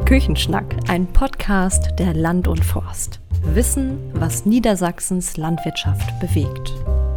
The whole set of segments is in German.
Küchenschnack, ein Podcast der Land und Forst. Wissen, was Niedersachsens Landwirtschaft bewegt.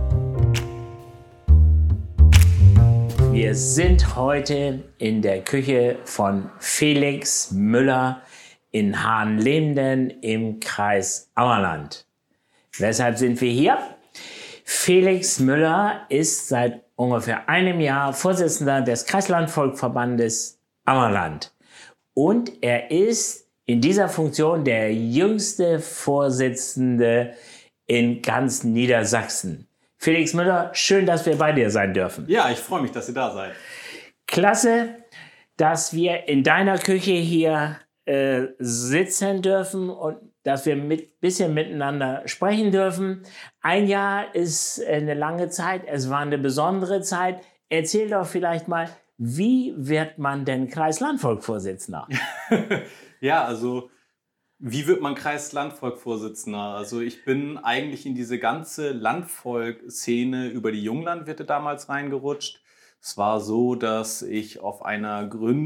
Wir sind heute in der Küche von Felix Müller in Hahnlemden im Kreis Ammerland. Weshalb sind wir hier? Felix Müller ist seit ungefähr einem Jahr Vorsitzender des Kreislandvolksverbandes Ammerland. Und er ist in dieser Funktion der jüngste Vorsitzende in ganz Niedersachsen. Felix Müller, schön, dass wir bei dir sein dürfen. Ja, ich freue mich, dass ihr da seid. Klasse, dass wir in deiner Küche hier sitzen dürfen und dass wir bisschen miteinander sprechen dürfen. Ein Jahr ist eine lange Zeit, es war eine besondere Zeit. Erzähl doch vielleicht mal, wie wird man denn Kreislandvolksvorsitzender? Ja, also wie wird man Kreislandvolksvorsitzender? Also ich bin eigentlich in diese ganze Landvolk-Szene über die Junglandwirte damals reingerutscht. Es war so, dass ich auf einer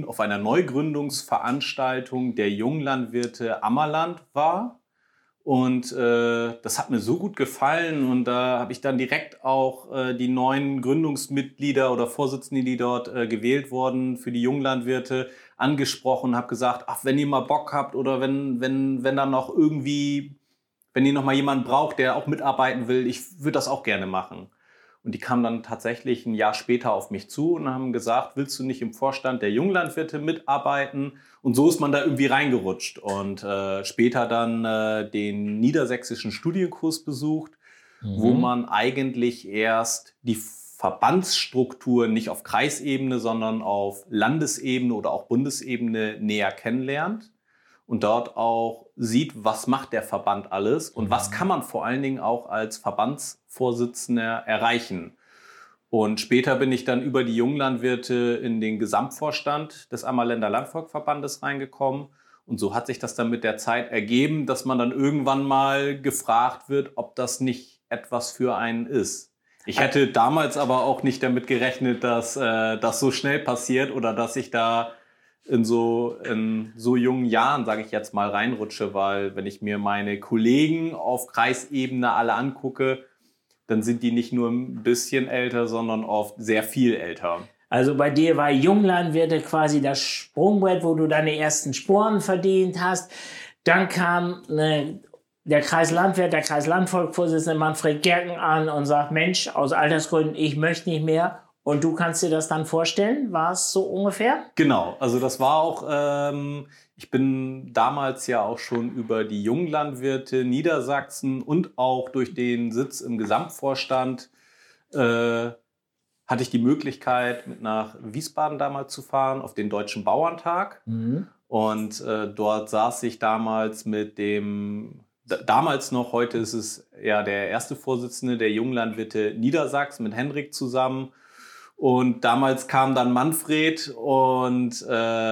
Neugründungsveranstaltung der Junglandwirte Ammerland war. Und das hat mir so gut gefallen und da habe ich dann direkt auch die neuen Gründungsmitglieder oder Vorsitzenden, die dort gewählt wurden für die Junglandwirte, angesprochen und habe gesagt, ach, wenn ihr mal Bock habt oder wenn dann noch irgendwie, wenn ihr noch mal jemanden braucht, der auch mitarbeiten will, ich würde das auch gerne machen. Und die kamen dann tatsächlich ein Jahr später auf mich zu und haben gesagt, willst du nicht im Vorstand der Junglandwirte mitarbeiten? Und so ist man da irgendwie reingerutscht und später dann den niedersächsischen Studienkurs besucht, wo man eigentlich erst die Verbandsstruktur nicht auf Kreisebene, sondern auf Landesebene oder auch Bundesebene näher kennenlernt und dort auch sieht, was macht der Verband alles und was kann man vor allen Dingen auch als Verbandsvorsitzender erreichen. Und später bin ich dann über die Junglandwirte in den Gesamtvorstand des Ammerländer Landvolksverbandes reingekommen. Und so hat sich das dann mit der Zeit ergeben, dass man dann irgendwann mal gefragt wird, ob das nicht etwas für einen ist. Ich hätte damals aber auch nicht damit gerechnet, dass das so schnell passiert oder dass ich da in so jungen Jahren, sage ich jetzt mal, reinrutsche, weil wenn ich mir meine Kollegen auf Kreisebene alle angucke, dann sind die nicht nur ein bisschen älter, sondern oft sehr viel älter. Also bei dir war Junglandwirte quasi das Sprungbrett, wo du deine ersten Sporen verdient hast. Dann kam der Kreislandwirt, der Kreislandvolksvorsitzende Manfred Gerken an und sagt, Mensch, aus Altersgründen, ich möchte nicht mehr. Und du kannst dir das dann vorstellen? War es so ungefähr? Genau, also das war auch, ich bin damals ja auch schon über die Junglandwirte Niedersachsen und auch durch den Sitz im Gesamtvorstand hatte ich die Möglichkeit, mit nach Wiesbaden damals zu fahren, auf den Deutschen Bauerntag. Und dort saß ich damals mit dem, damals noch, heute ist es ja der erste Vorsitzende der Junglandwirte Niedersachsen mit Henrik zusammen. Und damals kam dann Manfred und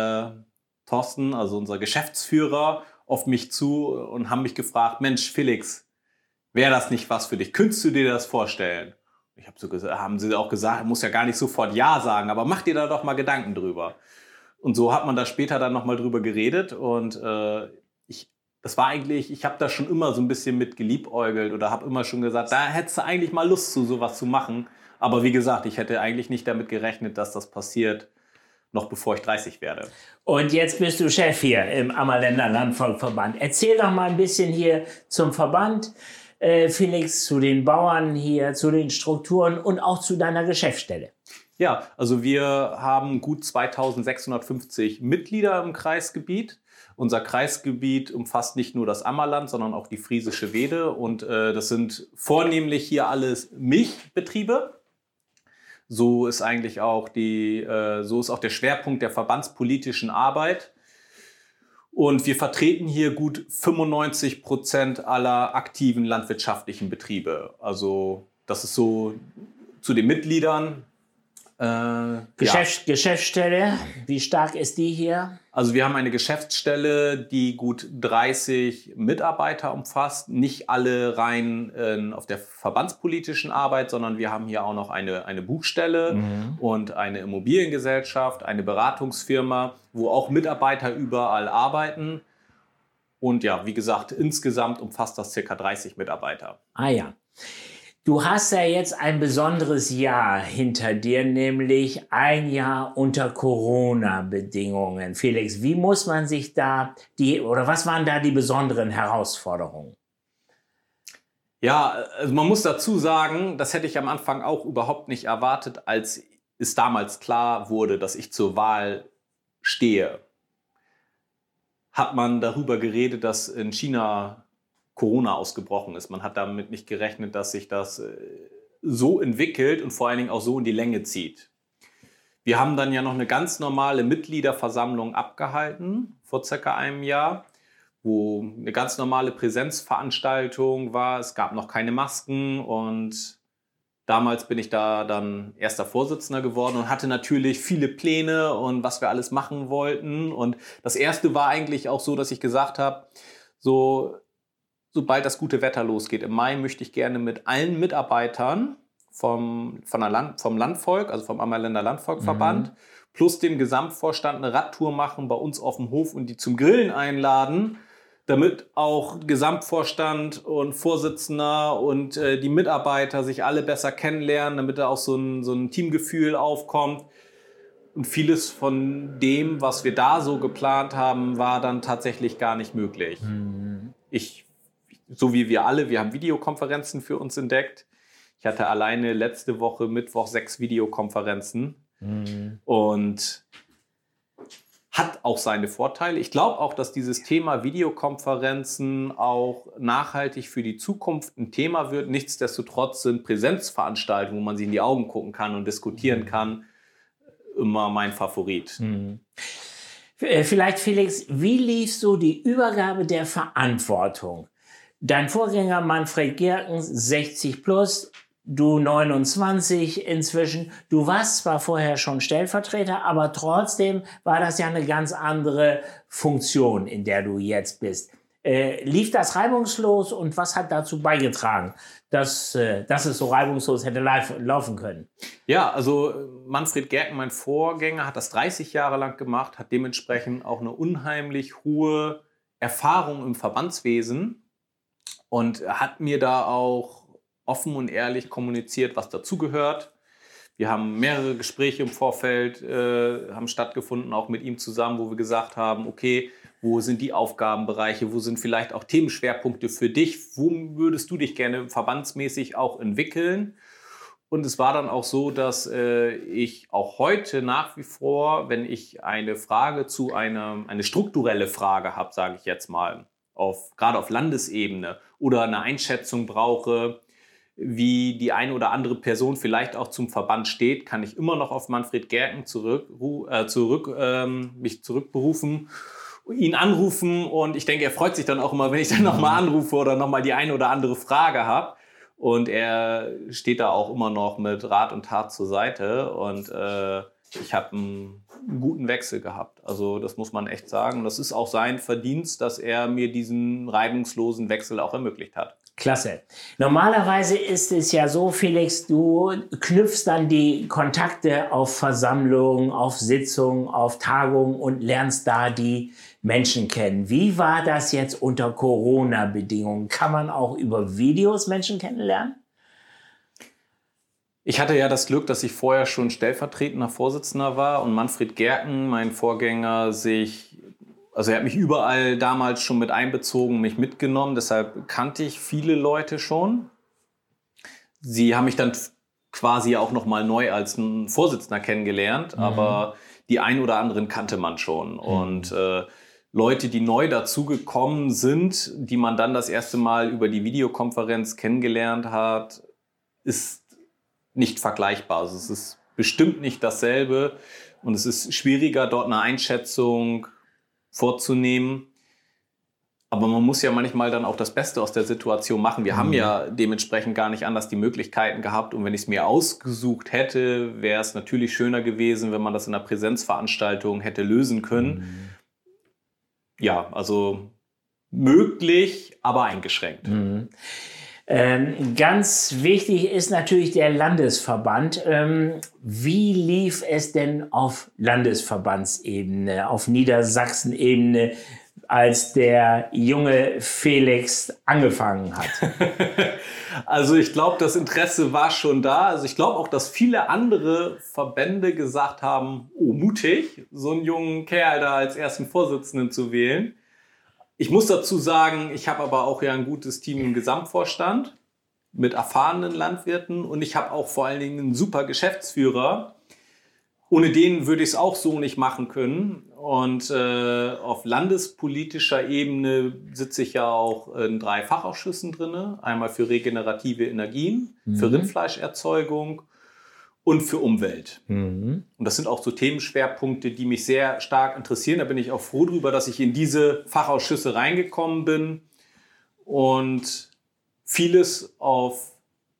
Thorsten, also unser Geschäftsführer, auf mich zu und haben mich gefragt, Mensch, Felix, wäre das nicht was für dich? Könntest du dir das vorstellen? Ich habe so gesagt, haben sie auch gesagt, muss ja gar nicht sofort Ja sagen, aber mach dir da doch mal Gedanken drüber. Und so hat man da später dann nochmal drüber geredet und das war eigentlich, ich habe da schon immer so ein bisschen mit geliebäugelt oder habe immer schon gesagt, da hättest du eigentlich mal Lust zu, sowas zu machen. Aber wie gesagt, ich hätte eigentlich nicht damit gerechnet, dass das passiert, noch bevor ich 30 werde. Und jetzt bist du Chef hier im Ammerländer Landvolksverband. Erzähl doch mal ein bisschen hier zum Verband, Felix, zu den Bauern hier, zu den Strukturen und auch zu deiner Geschäftsstelle. Ja, also wir haben gut 2650 Mitglieder im Kreisgebiet. Unser Kreisgebiet umfasst nicht nur das Ammerland, sondern auch die Friesische Wede. Und das sind vornehmlich hier alles Milchbetriebe. So ist eigentlich auch so ist auch der Schwerpunkt der verbandspolitischen Arbeit. Und wir vertreten hier gut 95% aller aktiven landwirtschaftlichen Betriebe. Also das ist so zu den Mitgliedern. Geschäftsstelle, wie stark ist die hier? Also wir haben eine Geschäftsstelle, die gut 30 Mitarbeiter umfasst. Nicht alle rein auf der verbandspolitischen Arbeit, sondern wir haben hier auch noch eine Buchstelle und eine Immobiliengesellschaft, eine Beratungsfirma, wo auch Mitarbeiter überall arbeiten. Und ja, wie gesagt, insgesamt umfasst das ca. 30 Mitarbeiter. Ah ja. Du hast ja jetzt ein besonderes Jahr hinter dir, nämlich ein Jahr unter Corona-Bedingungen. Felix, wie muss man sich da was waren da die besonderen Herausforderungen? Ja, also man muss dazu sagen, das hätte ich am Anfang auch überhaupt nicht erwartet, als es damals klar wurde, dass ich zur Wahl stehe. Hat man darüber geredet, dass in China Corona ausgebrochen ist. Man hat damit nicht gerechnet, dass sich das so entwickelt und vor allen Dingen auch so in die Länge zieht. Wir haben dann ja noch eine ganz normale Mitgliederversammlung abgehalten vor circa einem Jahr, wo eine ganz normale Präsenzveranstaltung war. Es gab noch keine Masken und damals bin ich da dann erster Vorsitzender geworden und hatte natürlich viele Pläne und was wir alles machen wollten. Und das erste war eigentlich auch so, dass ich gesagt habe, sobald das gute Wetter losgeht, im Mai möchte ich gerne mit allen Mitarbeitern vom Landvolk, also vom Ammerländer Landvolkverband, plus dem Gesamtvorstand eine Radtour machen bei uns auf dem Hof und die zum Grillen einladen, damit auch Gesamtvorstand und Vorsitzender und die Mitarbeiter sich alle besser kennenlernen, damit da auch so ein Teamgefühl aufkommt. Und vieles von dem, was wir da so geplant haben, war dann tatsächlich gar nicht möglich. So wie wir alle, wir haben Videokonferenzen für uns entdeckt. Ich hatte alleine letzte Woche Mittwoch 6 Videokonferenzen und hat auch seine Vorteile. Ich glaube auch, dass dieses Thema Videokonferenzen auch nachhaltig für die Zukunft ein Thema wird. Nichtsdestotrotz sind Präsenzveranstaltungen, wo man sich in die Augen gucken kann und diskutieren kann, immer mein Favorit. Vielleicht, Felix, wie lief so die Übergabe der Verantwortung? Dein Vorgänger Manfred Gerkens, 60 plus, du 29 inzwischen. Du warst zwar vorher schon Stellvertreter, aber trotzdem war das ja eine ganz andere Funktion, in der du jetzt bist. Lief das reibungslos und was hat dazu beigetragen, dass es so reibungslos hätte laufen können? Ja, also Manfred Gerken, mein Vorgänger, hat das 30 Jahre lang gemacht, hat dementsprechend auch eine unheimlich hohe Erfahrung im Verbandswesen und hat mir da auch offen und ehrlich kommuniziert, was dazugehört. Wir haben mehrere Gespräche im Vorfeld haben stattgefunden, auch mit ihm zusammen, wo wir gesagt haben, okay, wo sind die Aufgabenbereiche, wo sind vielleicht auch Themenschwerpunkte für dich, wo würdest du dich gerne verbandsmäßig auch entwickeln? Und es war dann auch so, dass ich auch heute nach wie vor, wenn ich eine Frage zu eine strukturelle Frage habe, sage ich jetzt mal, gerade auf Landesebene oder eine Einschätzung brauche, wie die eine oder andere Person vielleicht auch zum Verband steht, kann ich immer noch auf Manfred Gerken mich zurückberufen, ihn anrufen und ich denke, er freut sich dann auch immer, wenn ich dann nochmal anrufe oder nochmal die eine oder andere Frage habe. Und er steht da auch immer noch mit Rat und Tat zur Seite und ich habe einen guten Wechsel gehabt. Also das muss man echt sagen. Und das ist auch sein Verdienst, dass er mir diesen reibungslosen Wechsel auch ermöglicht hat. Klasse. Normalerweise ist es ja so, Felix, du knüpfst dann die Kontakte auf Versammlungen, auf Sitzungen, auf Tagungen und lernst da die Menschen kennen. Wie war das jetzt unter Corona-Bedingungen? Kann man auch über Videos Menschen kennenlernen? Ich hatte ja das Glück, dass ich vorher schon stellvertretender Vorsitzender war und Manfred Gerken, mein Vorgänger, er hat mich überall damals schon mit einbezogen, mich mitgenommen, deshalb kannte ich viele Leute schon. Sie haben mich dann quasi auch noch mal neu als ein Vorsitzender kennengelernt, aber die ein oder anderen kannte man schon. Und Leute, die neu dazugekommen sind, die man dann das erste Mal über die Videokonferenz kennengelernt hat, ist nicht vergleichbar. Also es ist bestimmt nicht dasselbe und es ist schwieriger, dort eine Einschätzung vorzunehmen. Aber man muss ja manchmal dann auch das Beste aus der Situation machen. Wir haben ja dementsprechend gar nicht anders die Möglichkeiten gehabt. Und wenn ich es mir ausgesucht hätte, wäre es natürlich schöner gewesen, wenn man das in einer Präsenzveranstaltung hätte lösen können. Ja, also möglich, aber eingeschränkt. Ganz wichtig ist natürlich der Landesverband. Wie lief es denn auf Landesverbandsebene, auf Niedersachsenebene, als der junge Felix angefangen hat? Also ich glaube, das Interesse war schon da. Also ich glaube auch, dass viele andere Verbände gesagt haben, oh, mutig, so einen jungen Kerl da als ersten Vorsitzenden zu wählen. Ich muss dazu sagen, ich habe aber auch ja ein gutes Team im Gesamtvorstand mit erfahrenen Landwirten und ich habe auch vor allen Dingen einen super Geschäftsführer. Ohne den würde ich es auch so nicht machen können. Und auf landespolitischer Ebene sitze ich ja auch in 3 Fachausschüssen drin. Einmal für regenerative Energien, für Rindfleischerzeugung und für Umwelt. Und das sind auch so Themenschwerpunkte, die mich sehr stark interessieren. Da bin ich auch froh drüber, dass ich in diese Fachausschüsse reingekommen bin und vieles auf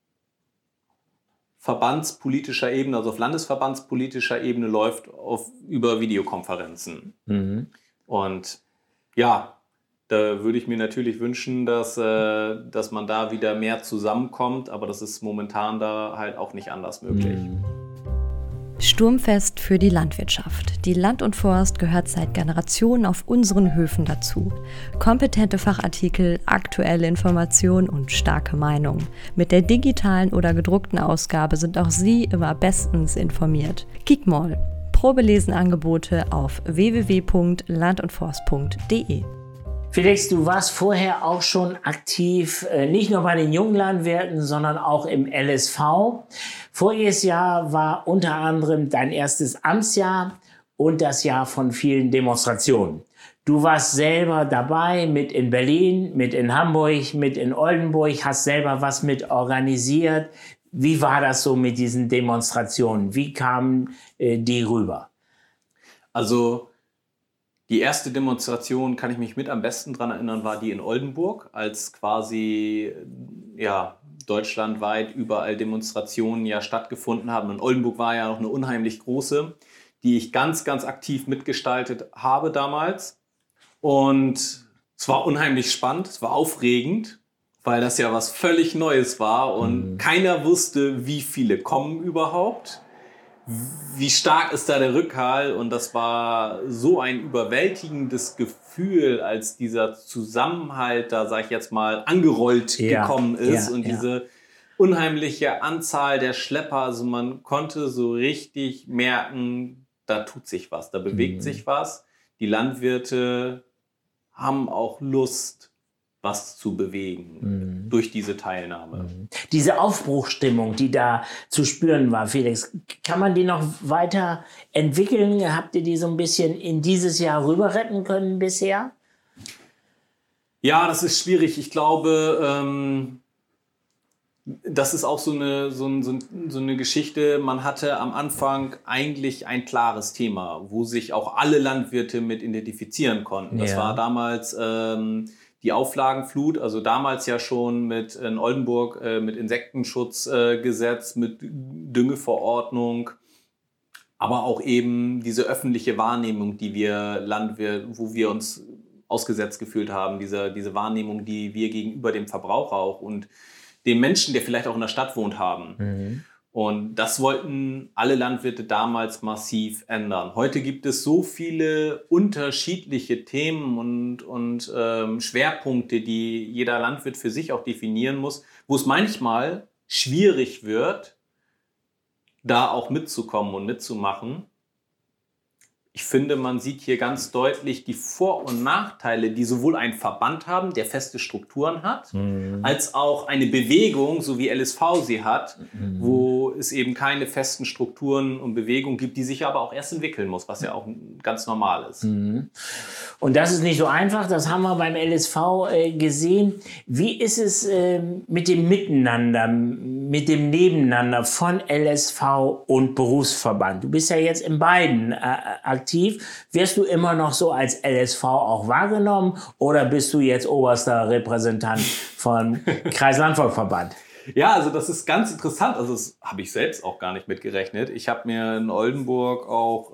verbandspolitischer Ebene, also auf landesverbandspolitischer Ebene läuft über Videokonferenzen. Und ja, da würde ich mir natürlich wünschen, dass man da wieder mehr zusammenkommt, aber das ist momentan da halt auch nicht anders möglich. Sturmfest für die Landwirtschaft. Die Land und Forst gehört seit Generationen auf unseren Höfen dazu. Kompetente Fachartikel, aktuelle Informationen und starke Meinung. Mit der digitalen oder gedruckten Ausgabe sind auch Sie immer bestens informiert. Kickmall. Probelesenangebote auf www.landundforst.de. Felix, du warst vorher auch schon aktiv, nicht nur bei den jungen Landwirten, sondern auch im LSV. Voriges Jahr war unter anderem dein erstes Amtsjahr und das Jahr von vielen Demonstrationen. Du warst selber dabei, mit in Berlin, mit in Hamburg, mit in Oldenburg, hast selber was mit organisiert. Wie war das so mit diesen Demonstrationen? Wie kamen die rüber? Also die erste Demonstration, kann ich mich mit am besten daran erinnern, war die in Oldenburg, als quasi deutschlandweit überall Demonstrationen ja stattgefunden haben. Und Oldenburg war ja noch eine unheimlich große, die ich ganz, ganz aktiv mitgestaltet habe damals. Und es war unheimlich spannend, es war aufregend, weil das ja was völlig Neues war und keiner wusste, wie viele kommen überhaupt. Wie stark ist da der Rückhalt? Und das war so ein überwältigendes Gefühl, als dieser Zusammenhalt da, sag ich jetzt mal, angerollt gekommen ist. Und diese unheimliche Anzahl der Schlepper, also man konnte so richtig merken, da tut sich was, da bewegt sich was. Die Landwirte haben auch Lust, was zu bewegen durch diese Teilnahme. Diese Aufbruchsstimmung, die da zu spüren war, Felix, kann man die noch weiter entwickeln? Habt ihr die so ein bisschen in dieses Jahr rüber retten können bisher? Ja, das ist schwierig. Ich glaube, das ist auch so eine Geschichte. Man hatte am Anfang eigentlich ein klares Thema, wo sich auch alle Landwirte mit identifizieren konnten. Das war damals die Auflagenflut, also damals ja schon mit in Oldenburg mit Insektenschutzgesetz, mit Düngeverordnung, aber auch eben diese öffentliche Wahrnehmung, die wir wo wir uns ausgesetzt gefühlt haben, diese Wahrnehmung, die wir gegenüber dem Verbraucher auch und dem Menschen, der vielleicht auch in der Stadt wohnt, haben. Und das wollten alle Landwirte damals massiv ändern. Heute gibt es so viele unterschiedliche Themen und Schwerpunkte, die jeder Landwirt für sich auch definieren muss, wo es manchmal schwierig wird, da auch mitzukommen und mitzumachen. Ich finde, man sieht hier ganz deutlich die Vor- und Nachteile, die sowohl ein Verband haben, der feste Strukturen hat, als auch eine Bewegung, so wie LSV sie hat, wo es eben keine festen Strukturen und Bewegungen gibt, die sich aber auch erst entwickeln muss, was ja auch ganz normal ist. Und das ist nicht so einfach, das haben wir beim LSV gesehen. Wie ist es mit dem Miteinander, mit dem Nebeneinander von LSV und Berufsverband? Du bist ja jetzt in beiden aktiv. Wirst du immer noch so als LSV auch wahrgenommen oder bist du jetzt oberster Repräsentant von Kreislandvolksverband? Ja, also das ist ganz interessant. Also das habe ich selbst auch gar nicht mitgerechnet. Ich habe mir in Oldenburg auch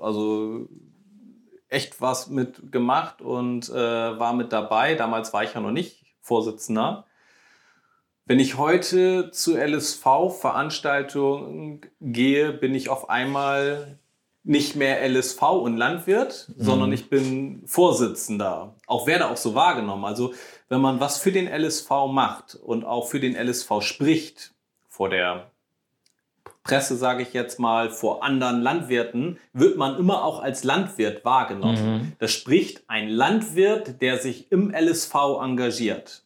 echt was mit gemacht und war mit dabei. Damals war ich ja noch nicht Vorsitzender. Wenn ich heute zu LSV-Veranstaltungen gehe, bin ich auf einmal nicht mehr LSV und Landwirt, sondern ich bin Vorsitzender. Auch werde auch so wahrgenommen. Also wenn man was für den LSV macht und auch für den LSV spricht, vor der Presse, sage ich jetzt mal, vor anderen Landwirten, wird man immer auch als Landwirt wahrgenommen. Da spricht ein Landwirt, der sich im LSV engagiert.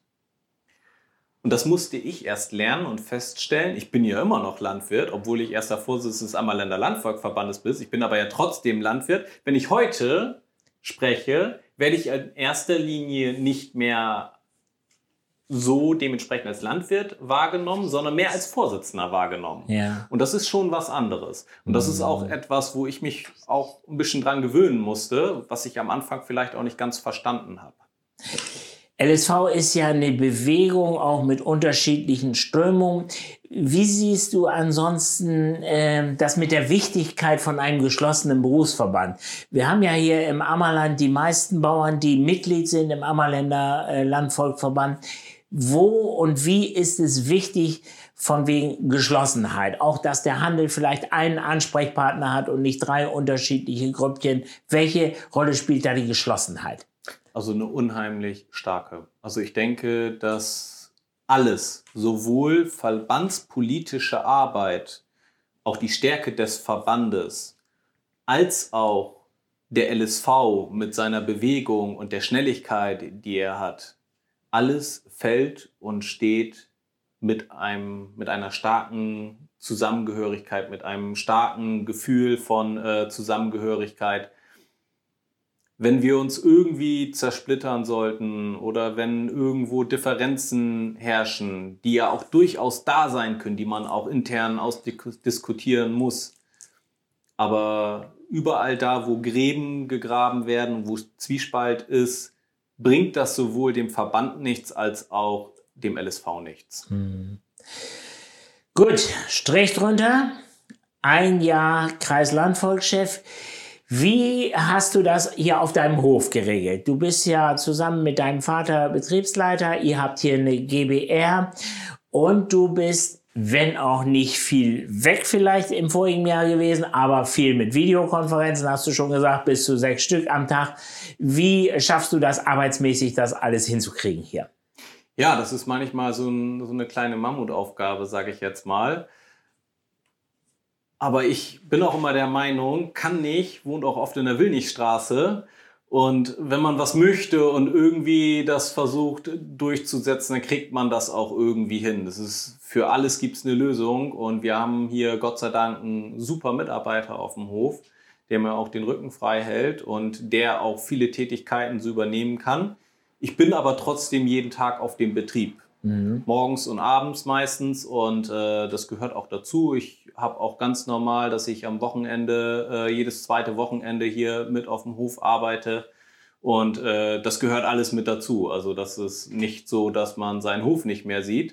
Und das musste ich erst lernen und feststellen. Ich bin ja immer noch Landwirt, obwohl ich erster Vorsitzender des Ammerländer Landvolksverbandes bin. Ich bin aber ja trotzdem Landwirt. Wenn ich heute spreche, werde ich in erster Linie nicht mehr so dementsprechend als Landwirt wahrgenommen, sondern mehr als Vorsitzender wahrgenommen. Ja. Und das ist schon was anderes. Und das ist auch etwas, wo ich mich auch ein bisschen dran gewöhnen musste, was ich am Anfang vielleicht auch nicht ganz verstanden habe. LSV ist ja eine Bewegung auch mit unterschiedlichen Strömungen. Wie siehst du ansonsten das mit der Wichtigkeit von einem geschlossenen Berufsverband? Wir haben ja hier im Ammerland die meisten Bauern, die Mitglied sind im Ammerländer Landvolksverband. Wo und wie ist es wichtig von wegen Geschlossenheit? Auch, dass der Handel vielleicht einen Ansprechpartner hat und nicht 3 unterschiedliche Grüppchen. Welche Rolle spielt da die Geschlossenheit? Also eine unheimlich starke. Also ich denke, dass alles, sowohl verbandspolitische Arbeit, auch die Stärke des Verbandes, als auch der LSV mit seiner Bewegung und der Schnelligkeit, die er hat, alles fällt und steht mit einer starken Zusammengehörigkeit, mit einem starken Gefühl von Zusammengehörigkeit. Wenn wir uns irgendwie zersplittern sollten oder wenn irgendwo Differenzen herrschen, die ja auch durchaus da sein können, die man auch intern ausdiskutieren muss, aber überall da, wo Gräben gegraben werden, wo Zwiespalt ist, bringt das sowohl dem Verband nichts als auch dem LSV nichts. Gut, Strich drunter. 1 Jahr Kreislandvolkschef. Wie hast du das hier auf deinem Hof geregelt? Du bist ja zusammen mit deinem Vater Betriebsleiter, ihr habt hier eine GbR und du bist, wenn auch nicht viel weg vielleicht im vorigen Jahr gewesen, aber viel mit Videokonferenzen, hast du schon gesagt, bis zu 6 Stück am Tag. Wie schaffst du das arbeitsmäßig, das alles hinzukriegen hier? Ja, das ist manchmal so eine kleine Mammutaufgabe, sage ich jetzt mal. Aber ich bin auch immer der Meinung, wohnt auch oft in der Willnichstraße. Und wenn man was möchte und irgendwie das versucht durchzusetzen, dann kriegt man das auch irgendwie hin. Für alles gibt es eine Lösung. Und wir haben hier Gott sei Dank einen super Mitarbeiter auf dem Hof, der mir auch den Rücken frei hält und der auch viele Tätigkeiten so übernehmen kann. Ich bin aber trotzdem jeden Tag auf dem Betrieb. Morgens und abends meistens und das gehört auch dazu. Ich habe auch ganz normal, dass ich am Wochenende, jedes zweite Wochenende hier mit auf dem Hof arbeite und das gehört alles mit dazu. Also das ist nicht so, dass man seinen Hof nicht mehr sieht.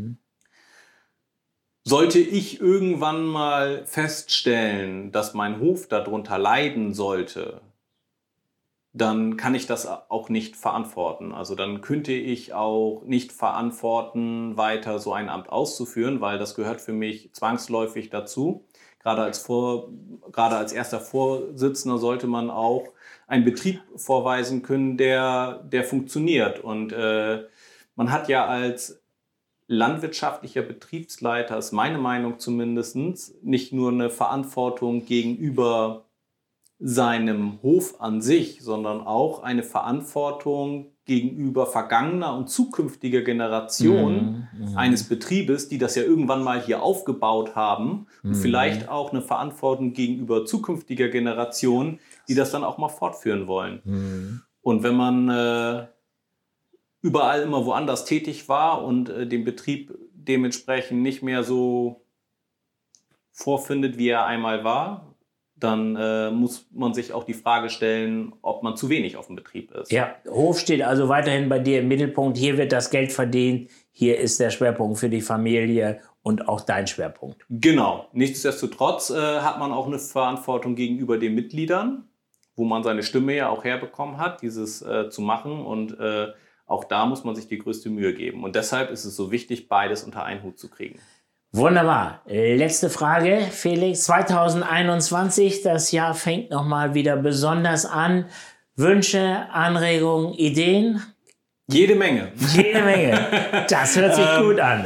Sollte ich irgendwann mal feststellen, dass mein Hof darunter leiden sollte, dann kann ich das auch nicht verantworten. Also dann könnte ich auch nicht verantworten, weiter so ein Amt auszuführen, weil das gehört für mich zwangsläufig dazu. Gerade als erster Vorsitzender sollte man auch einen Betrieb vorweisen können, der funktioniert. Und man hat ja als landwirtschaftlicher Betriebsleiter, ist meine Meinung zumindest, nicht nur eine Verantwortung gegenüber seinem Hof an sich, sondern auch eine Verantwortung gegenüber vergangener und zukünftiger Generation eines Betriebes, die das ja irgendwann mal hier aufgebaut haben und vielleicht auch eine Verantwortung gegenüber zukünftiger Generationen, die das dann auch mal fortführen wollen. Und wenn man überall immer woanders tätig war und den Betrieb dementsprechend nicht mehr so vorfindet, wie er einmal war, dann muss man sich auch die Frage stellen, ob man zu wenig auf dem Betrieb ist. Ja, Hof steht also weiterhin bei dir im Mittelpunkt. Hier wird das Geld verdient. Hier ist der Schwerpunkt für die Familie und auch dein Schwerpunkt. Genau. Nichtsdestotrotz hat man auch eine Verantwortung gegenüber den Mitgliedern, wo man seine Stimme ja auch herbekommen hat, dieses zu machen. Und auch da muss man sich die größte Mühe geben. Und deshalb ist es so wichtig, beides unter einen Hut zu kriegen. Wunderbar. Letzte Frage, Felix. 2021, das Jahr fängt nochmal wieder besonders an. Wünsche, Anregungen, Ideen? Jede Menge. Jede Menge. Das hört sich gut an.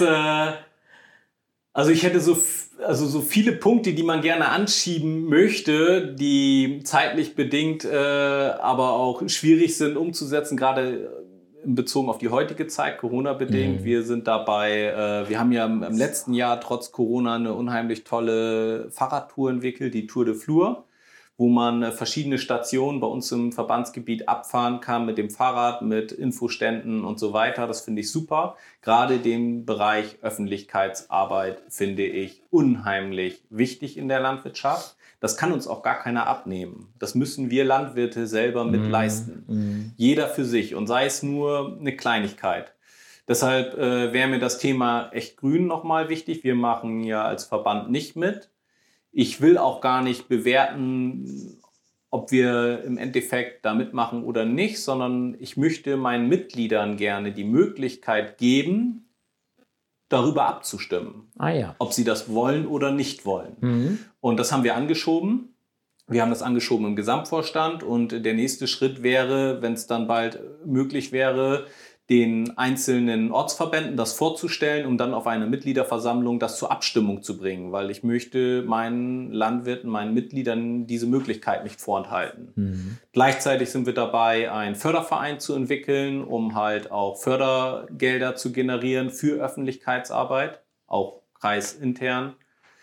Also ich hätte so viele Punkte, die man gerne anschieben möchte, die zeitlich bedingt aber auch schwierig sind umzusetzen, gerade bezogen auf die heutige Zeit, Corona-bedingt. Wir sind dabei, wir haben ja im letzten Jahr trotz Corona eine unheimlich tolle Fahrradtour entwickelt, die Tour de Flur, wo man verschiedene Stationen bei uns im Verbandsgebiet abfahren kann mit dem Fahrrad, mit Infoständen und so weiter. Das finde ich super. Gerade den Bereich Öffentlichkeitsarbeit finde ich unheimlich wichtig in der Landwirtschaft. Das kann uns auch gar keiner abnehmen. Das müssen wir Landwirte selber mit leisten. Jeder für sich und sei es nur eine Kleinigkeit. Deshalb wäre mir das Thema Echt Grün nochmal wichtig. Wir machen ja als Verband nicht mit. Ich will auch gar nicht bewerten, ob wir im Endeffekt da mitmachen oder nicht, sondern ich möchte meinen Mitgliedern gerne die Möglichkeit geben, darüber abzustimmen, ob sie das wollen oder nicht wollen. Und das haben wir angeschoben. Wir haben das angeschoben im Gesamtvorstand und der nächste Schritt wäre, wenn es dann bald möglich wäre, den einzelnen Ortsverbänden das vorzustellen, um dann auf einer Mitgliederversammlung das zur Abstimmung zu bringen, weil ich möchte meinen Landwirten, meinen Mitgliedern diese Möglichkeit nicht vorenthalten. Gleichzeitig sind wir dabei, einen Förderverein zu entwickeln, um halt auch Fördergelder zu generieren für Öffentlichkeitsarbeit, auch kreisintern.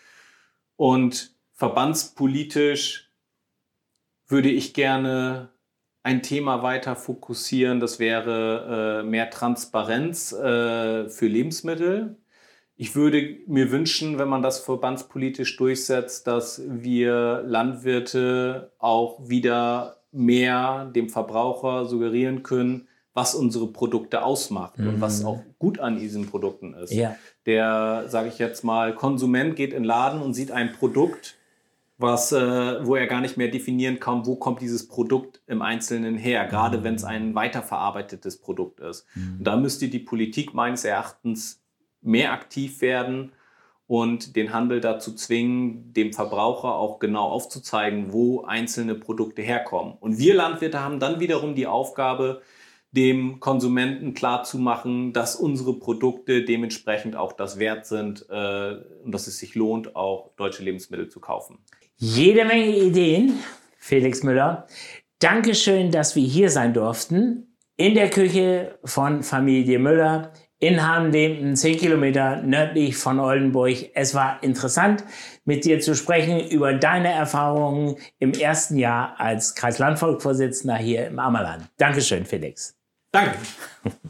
Und verbandspolitisch würde ich gerne ein Thema weiter fokussieren, das wäre mehr Transparenz für Lebensmittel. Ich würde mir wünschen, wenn man das verbandspolitisch durchsetzt, dass wir Landwirte auch wieder mehr dem Verbraucher suggerieren können, was unsere Produkte ausmacht und was auch gut an diesen Produkten ist. Ja. Der, sage ich jetzt mal, Konsument geht in den Laden und sieht ein Produkt, wo er gar nicht mehr definieren kann, wo kommt dieses Produkt im Einzelnen her, gerade wenn es ein weiterverarbeitetes Produkt ist. Und da müsste die Politik meines Erachtens mehr aktiv werden und den Handel dazu zwingen, dem Verbraucher auch genau aufzuzeigen, wo einzelne Produkte herkommen. Und wir Landwirte haben dann wiederum die Aufgabe, dem Konsumenten klarzumachen, dass unsere Produkte dementsprechend auch das wert sind und dass es sich lohnt, auch deutsche Lebensmittel zu kaufen. Jede Menge Ideen, Felix Müller. Dankeschön, dass wir hier sein durften. In der Küche von Familie Müller in Hahnlehmten, 10 Kilometer nördlich von Oldenburg. Es war interessant, mit dir zu sprechen über deine Erfahrungen im ersten Jahr als Kreislandvolksvorsitzender hier im Ammerland. Dankeschön, Felix. Danke.